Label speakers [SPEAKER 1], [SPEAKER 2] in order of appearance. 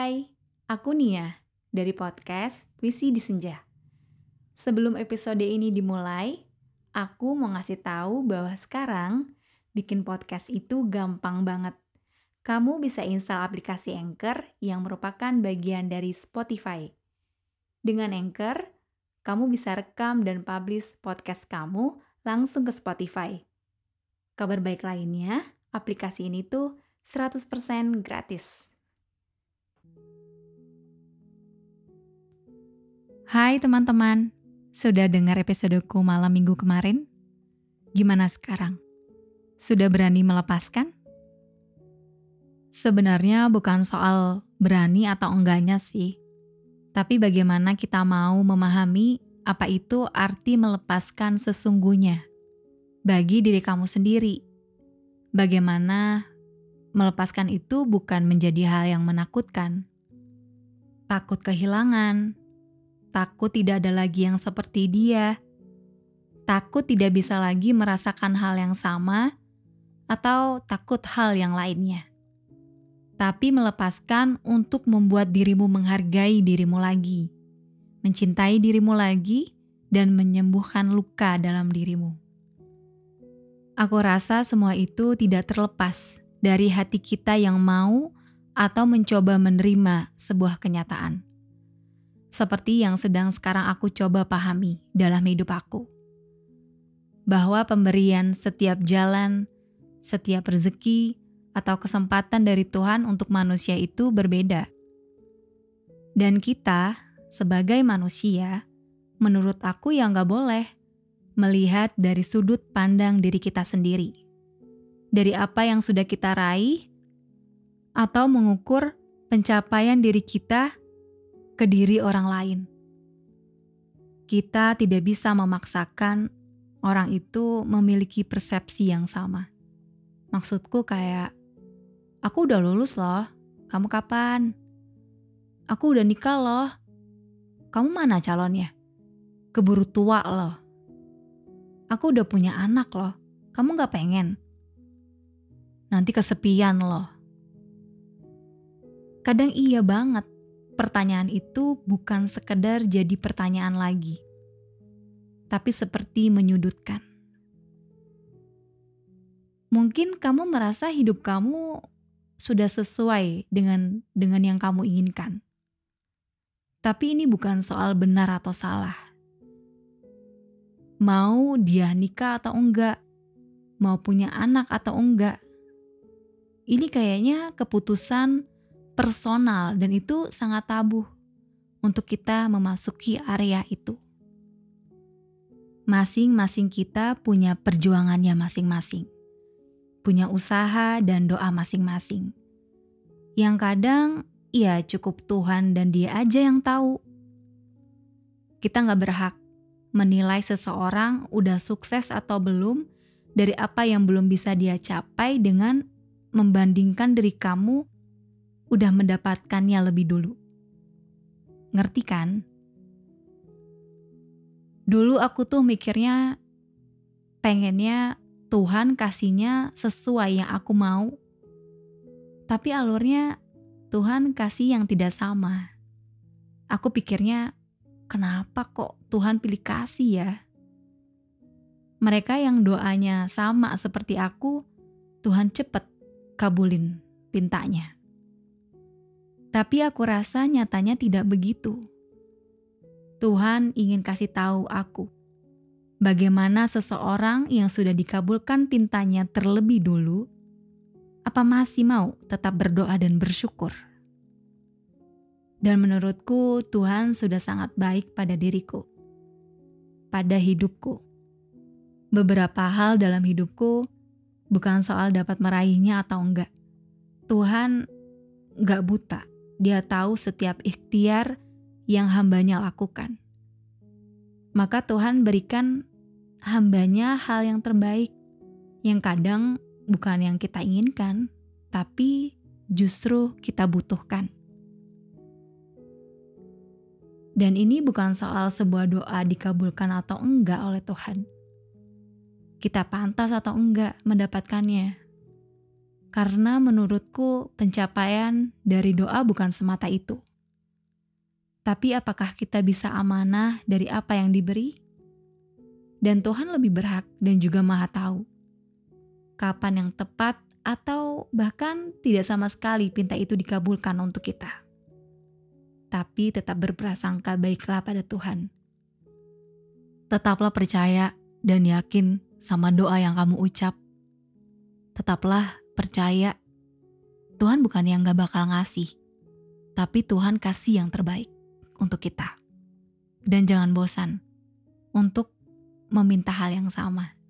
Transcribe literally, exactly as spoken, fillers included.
[SPEAKER 1] Hai, aku Nia dari podcast Puisi di Senja. Sebelum episode ini dimulai, aku mau ngasih tahu bahwa sekarang bikin podcast itu gampang banget. Kamu bisa install aplikasi Anchor yang merupakan bagian dari Spotify. Dengan Anchor, kamu bisa rekam dan publish podcast kamu langsung ke Spotify. Kabar baik lainnya, aplikasi ini tuh seratus persen gratis. Hai teman-teman, sudah dengar episodeku malam minggu kemarin? Gimana sekarang? Sudah berani melepaskan? Sebenarnya bukan soal berani atau enggaknya sih, tapi bagaimana kita mau memahami apa itu arti melepaskan sesungguhnya bagi diri kamu sendiri. Bagaimana melepaskan itu bukan menjadi hal yang menakutkan. Takut kehilangan, takut tidak ada lagi yang seperti dia, takut tidak bisa lagi merasakan hal yang sama, atau takut hal yang lainnya. Tapi melepaskan untuk membuat dirimu menghargai dirimu lagi, mencintai dirimu lagi, dan menyembuhkan luka dalam dirimu. Aku rasa semua itu tidak terlepas dari hati kita yang mau atau mencoba menerima sebuah kenyataan. Seperti yang sedang sekarang aku coba pahami dalam hidup aku. Bahwa pemberian setiap jalan, setiap rezeki, atau kesempatan dari Tuhan untuk manusia itu berbeda. Dan kita, sebagai manusia, menurut aku ya nggak boleh melihat dari sudut pandang diri kita sendiri. Dari apa yang sudah kita raih, atau mengukur pencapaian diri kita ke diri orang lain. Kita tidak bisa memaksakan orang itu memiliki persepsi yang sama. Maksudku kayak, aku udah lulus loh, kamu kapan? Aku udah nikah loh, kamu mana calonnya? Keburu tua loh. Aku udah punya anak loh, kamu gak pengen? Nanti kesepian loh. Kadang iya banget. Pertanyaan itu bukan sekedar jadi pertanyaan lagi, tapi seperti menyudutkan. Mungkin kamu merasa hidup kamu sudah sesuai dengan dengan yang kamu inginkan. Tapi ini bukan soal benar atau salah. Mau dia nikah atau enggak, mau punya anak atau enggak. Ini kayaknya keputusan personal dan itu sangat tabu untuk kita memasuki area itu. Masing-masing kita punya perjuangannya masing-masing, punya usaha dan doa masing-masing. Yang kadang ya cukup Tuhan dan Dia aja yang tahu. Kita gak berhak menilai seseorang udah sukses atau belum dari apa yang belum bisa dia capai dengan membandingkan diri kamu udah mendapatkannya lebih dulu. Ngerti kan? Dulu aku tuh mikirnya pengennya Tuhan kasihnya sesuai yang aku mau. Tapi alurnya Tuhan kasih yang tidak sama. Aku pikirnya, kenapa kok Tuhan pilih kasih ya? Mereka yang doanya sama seperti aku, Tuhan cepet kabulin pintanya. Tapi aku rasa nyatanya tidak begitu. Tuhan ingin kasih tahu aku bagaimana seseorang yang sudah dikabulkan pintanya terlebih dulu, apa masih mau tetap berdoa dan bersyukur? Dan menurutku Tuhan sudah sangat baik pada diriku, pada hidupku. Beberapa hal dalam hidupku bukan soal dapat meraihnya atau enggak. Tuhan enggak buta. Dia tahu setiap ikhtiar yang hambanya lakukan. Maka Tuhan berikan hambanya hal yang terbaik, yang kadang bukan yang kita inginkan, tapi justru kita butuhkan. Dan ini bukan soal sebuah doa dikabulkan atau enggak oleh Tuhan. Kita pantas atau enggak mendapatkannya. Karena menurutku pencapaian dari doa bukan semata itu. Tapi apakah kita bisa amanah dari apa yang diberi? Dan Tuhan lebih berhak dan juga Maha tahu kapan yang tepat atau bahkan tidak sama sekali pinta itu dikabulkan untuk kita. Tapi tetap berprasangka baiklah pada Tuhan. Tetaplah percaya dan yakin sama doa yang kamu ucap. Tetaplah percaya Tuhan bukan yang gak bakal ngasih, tapi Tuhan kasih yang terbaik untuk kita. Dan jangan bosan untuk meminta hal yang sama.